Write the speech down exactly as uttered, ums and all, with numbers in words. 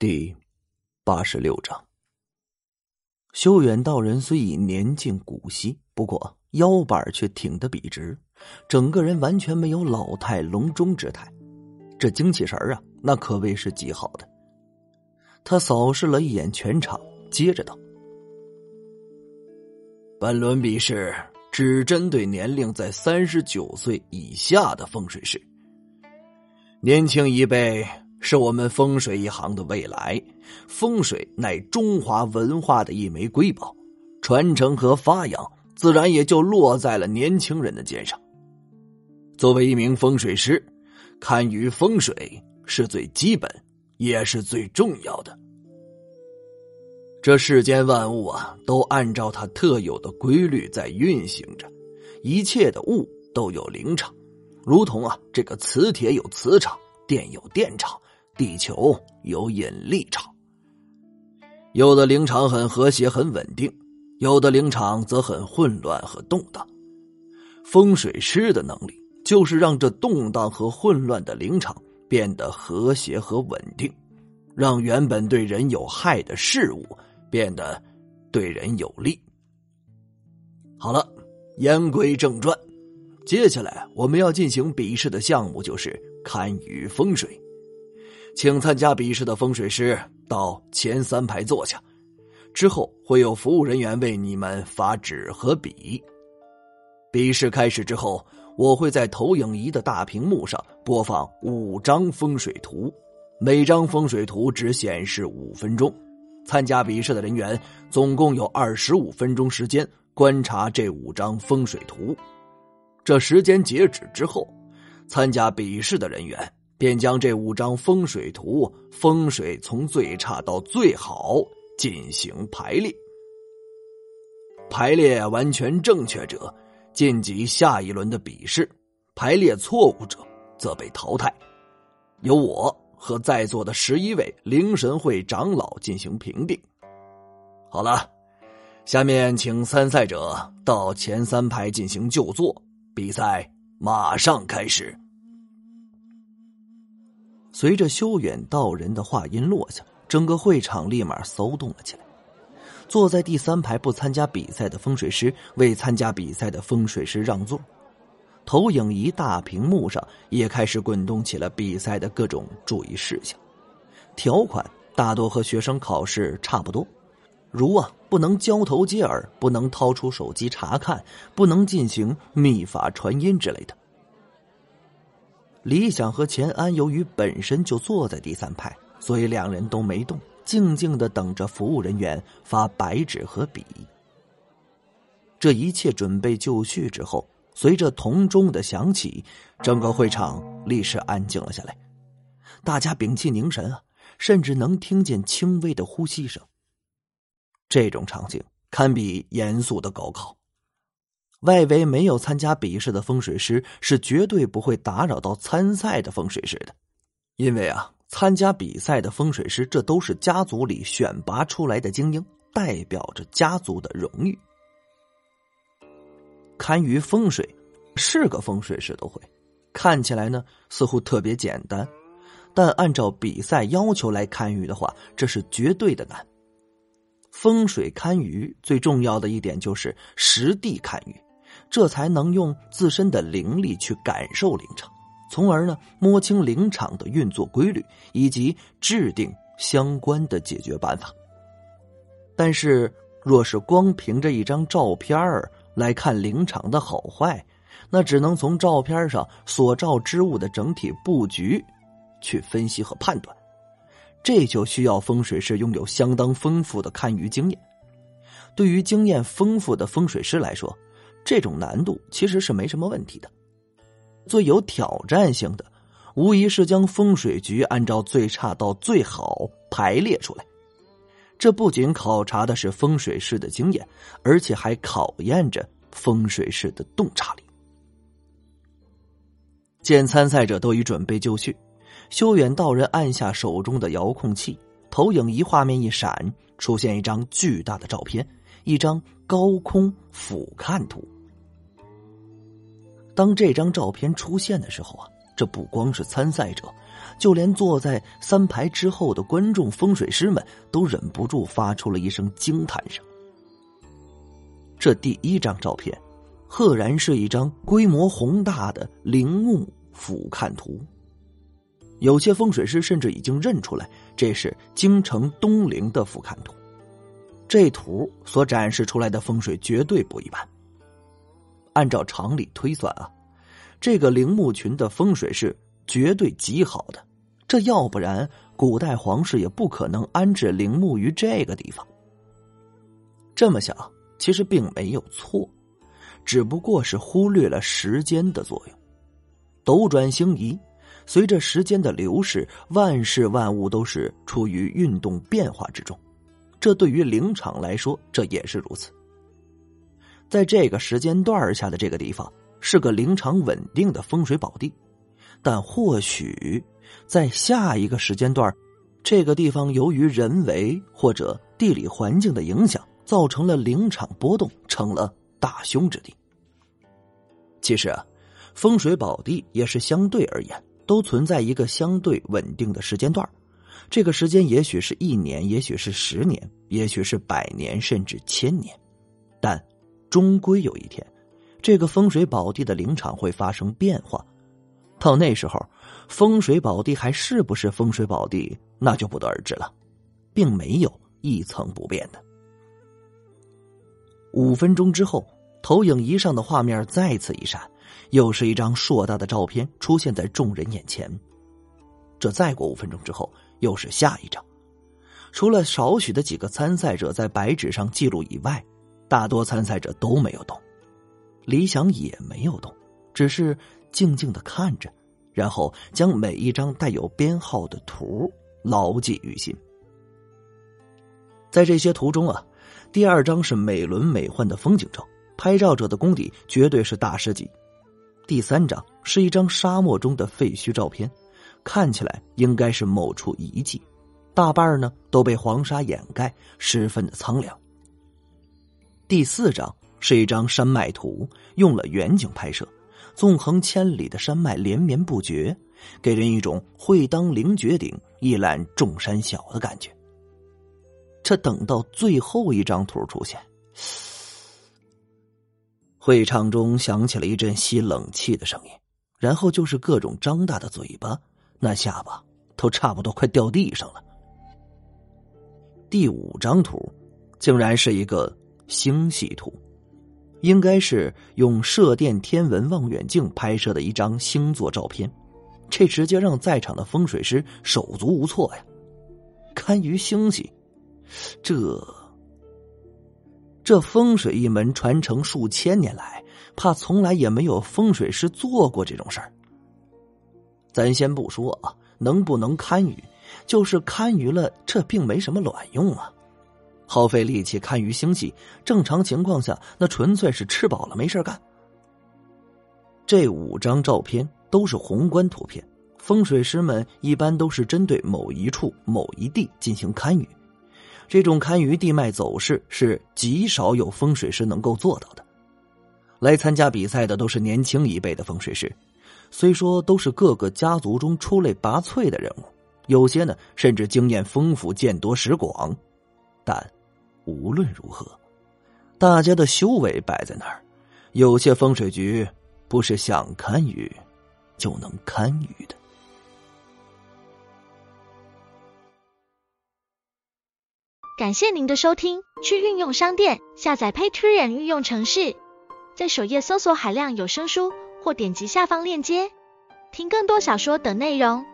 第八十六章。修远道人虽已年近古稀，不过腰板却挺得笔直，整个人完全没有老态龙钟之态，这精气神啊，那可谓是极好的。他扫视了一眼全场，接着道：本轮比试只针对年龄在三十九岁以下的风水师，年轻一辈是我们风水一行的未来，风水乃中华文化的一枚瑰宝，传承和发扬自然也就落在了年轻人的肩上。作为一名风水师，堪舆风水是最基本也是最重要的。这世间万物啊，都按照它特有的规律在运行着，一切的物都有灵场，如同啊这个磁铁有磁场，电有电场，地球有引力场。有的灵场很和谐很稳定，有的灵场则很混乱和动荡。风水师的能力就是让这动荡和混乱的灵场变得和谐和稳定，让原本对人有害的事物变得对人有利。好了，言归正传，接下来我们要进行比试的项目就是堪舆风水。请参加比试的风水师到前三排坐下，之后会有服务人员为你们发纸和笔。比试开始之后，我会在投影仪的大屏幕上播放五张风水图，每张风水图只显示五分钟。参加比试的人员总共有二十五分钟时间观察这五张风水图。这时间截止之后，参加比试的人员便将这五张风水图风水从最差到最好进行排列。排列完全正确者晋级下一轮的比试，排列错误者则被淘汰。由我和在座的十一位灵神会长老进行评定。好了，下面请参赛者到前三排进行就坐，比赛马上开始。随着修远道人的话音落下，整个会场立马骚动了起来。坐在第三排不参加比赛的风水师为参加比赛的风水师让座，投影仪大屏幕上也开始滚动起了比赛的各种注意事项。条款大多和学生考试差不多，如啊不能交头接耳，不能掏出手机查看，不能进行秘法传音之类的。李想和钱安由于本身就坐在第三排，所以两人都没动，静静地等着服务人员发白纸和笔。这一切准备就绪之后，随着铜钟的响起，整个会场立时安静了下来。大家屏气凝神啊，甚至能听见轻微的呼吸声。这种场景堪比严肃的高考。外围没有参加比试的风水师是绝对不会打扰到参赛的风水师的，因为啊，参加比赛的风水师这都是家族里选拔出来的精英，代表着家族的荣誉。堪舆风水是个风水师都会，看起来呢似乎特别简单，但按照比赛要求来堪舆的话，这是绝对的难。风水堪舆最重要的一点就是实地堪舆，这才能用自身的灵力去感受灵场，从而呢摸清灵场的运作规律，以及制定相关的解决办法。但是若是光凭着一张照片儿来看灵场的好坏，那只能从照片上所照之物的整体布局去分析和判断，这就需要风水师拥有相当丰富的堪舆经验。对于经验丰富的风水师来说，这种难度其实是没什么问题的。最有挑战性的无疑是将风水局按照最差到最好排列出来。这不仅考察的是风水师的经验，而且还考验着风水师的洞察力。见参赛者都已准备就绪，修远道人按下手中的遥控器，投影仪画面一闪，出现一张巨大的照片，一张高空俯瞰图。当这张照片出现的时候啊，这不光是参赛者， 就连坐在三排之后的观众风水师们都忍不住发出了一声惊叹声。这第一张照片赫然是一张规模宏大的陵墓俯瞰图，有些风水师甚至已经认出来这是京城东陵的俯瞰图。这图所展示出来的风水绝对不一般。按照常理推算啊，这个陵墓群的风水是绝对极好的，这要不然古代皇室也不可能安置陵墓于这个地方。这么想其实并没有错，只不过是忽略了时间的作用。斗转星移，随着时间的流逝，万事万物都是处于运动变化之中，这对于陵场来说这也是如此。在这个时间段下的这个地方是个陵场稳定的风水宝地，但或许在下一个时间段，这个地方由于人为或者地理环境的影响，造成了陵场波动，成了大凶之地。其实啊，风水宝地也是相对而言都存在一个相对稳定的时间段，这个时间也许是一年，也许是十年，也许是百年，甚至千年，但终归有一天这个风水宝地的陵场会发生变化。到那时候风水宝地还是不是风水宝地，那就不得而知了，并没有一成不变的。五分钟之后，投影仪上的画面再次一闪，又是一张硕大的照片出现在众人眼前。这再过五分钟之后，又是下一张。除了少许的几个参赛者在白纸上记录以外，大多参赛者都没有动。李想也没有动，只是静静地看着，然后将每一张带有编号的图牢记于心。在这些图中啊，第二张是美轮美奂的风景照，拍照者的功底绝对是大师级。第三张是一张沙漠中的废墟照片，看起来应该是某处遗迹，大半呢都被黄沙掩盖，十分的苍凉。第四张是一张山脉图，用了远景拍摄，纵横千里的山脉连绵不绝，给人一种会当凌绝顶，一览众山小的感觉。这等到最后一张图出现，会场中响起了一阵吸冷气的声音，然后就是各种张大的嘴巴，那下巴都差不多快掉地上了。第五张图竟然是一个星系图，应该是用射电天文望远镜拍摄的一张星座照片，这直接让在场的风水师手足无措呀。堪舆星系，这这风水一门传承数千年来，怕从来也没有风水师做过这种事儿。咱先不说啊，能不能堪舆，就是堪舆了，这并没什么卵用啊。耗费力气堪舆星系，正常情况下那纯粹是吃饱了没事干。这五张照片都是宏观图片，风水师们一般都是针对某一处某一地进行堪舆，这种堪舆地脉走势是极少有风水师能够做到的。来参加比赛的都是年轻一辈的风水师，虽说都是各个家族中出类拔萃的人物，有些呢甚至经验丰富，见多识广，但无论如何，大家的修为摆在那儿，有些风水局不是想堪舆就能堪舆的。 感谢您的收听，去运用商店下载 Patreon 运用程式，在首页搜索海量有声书，或点击下方链接听更多小说等内容。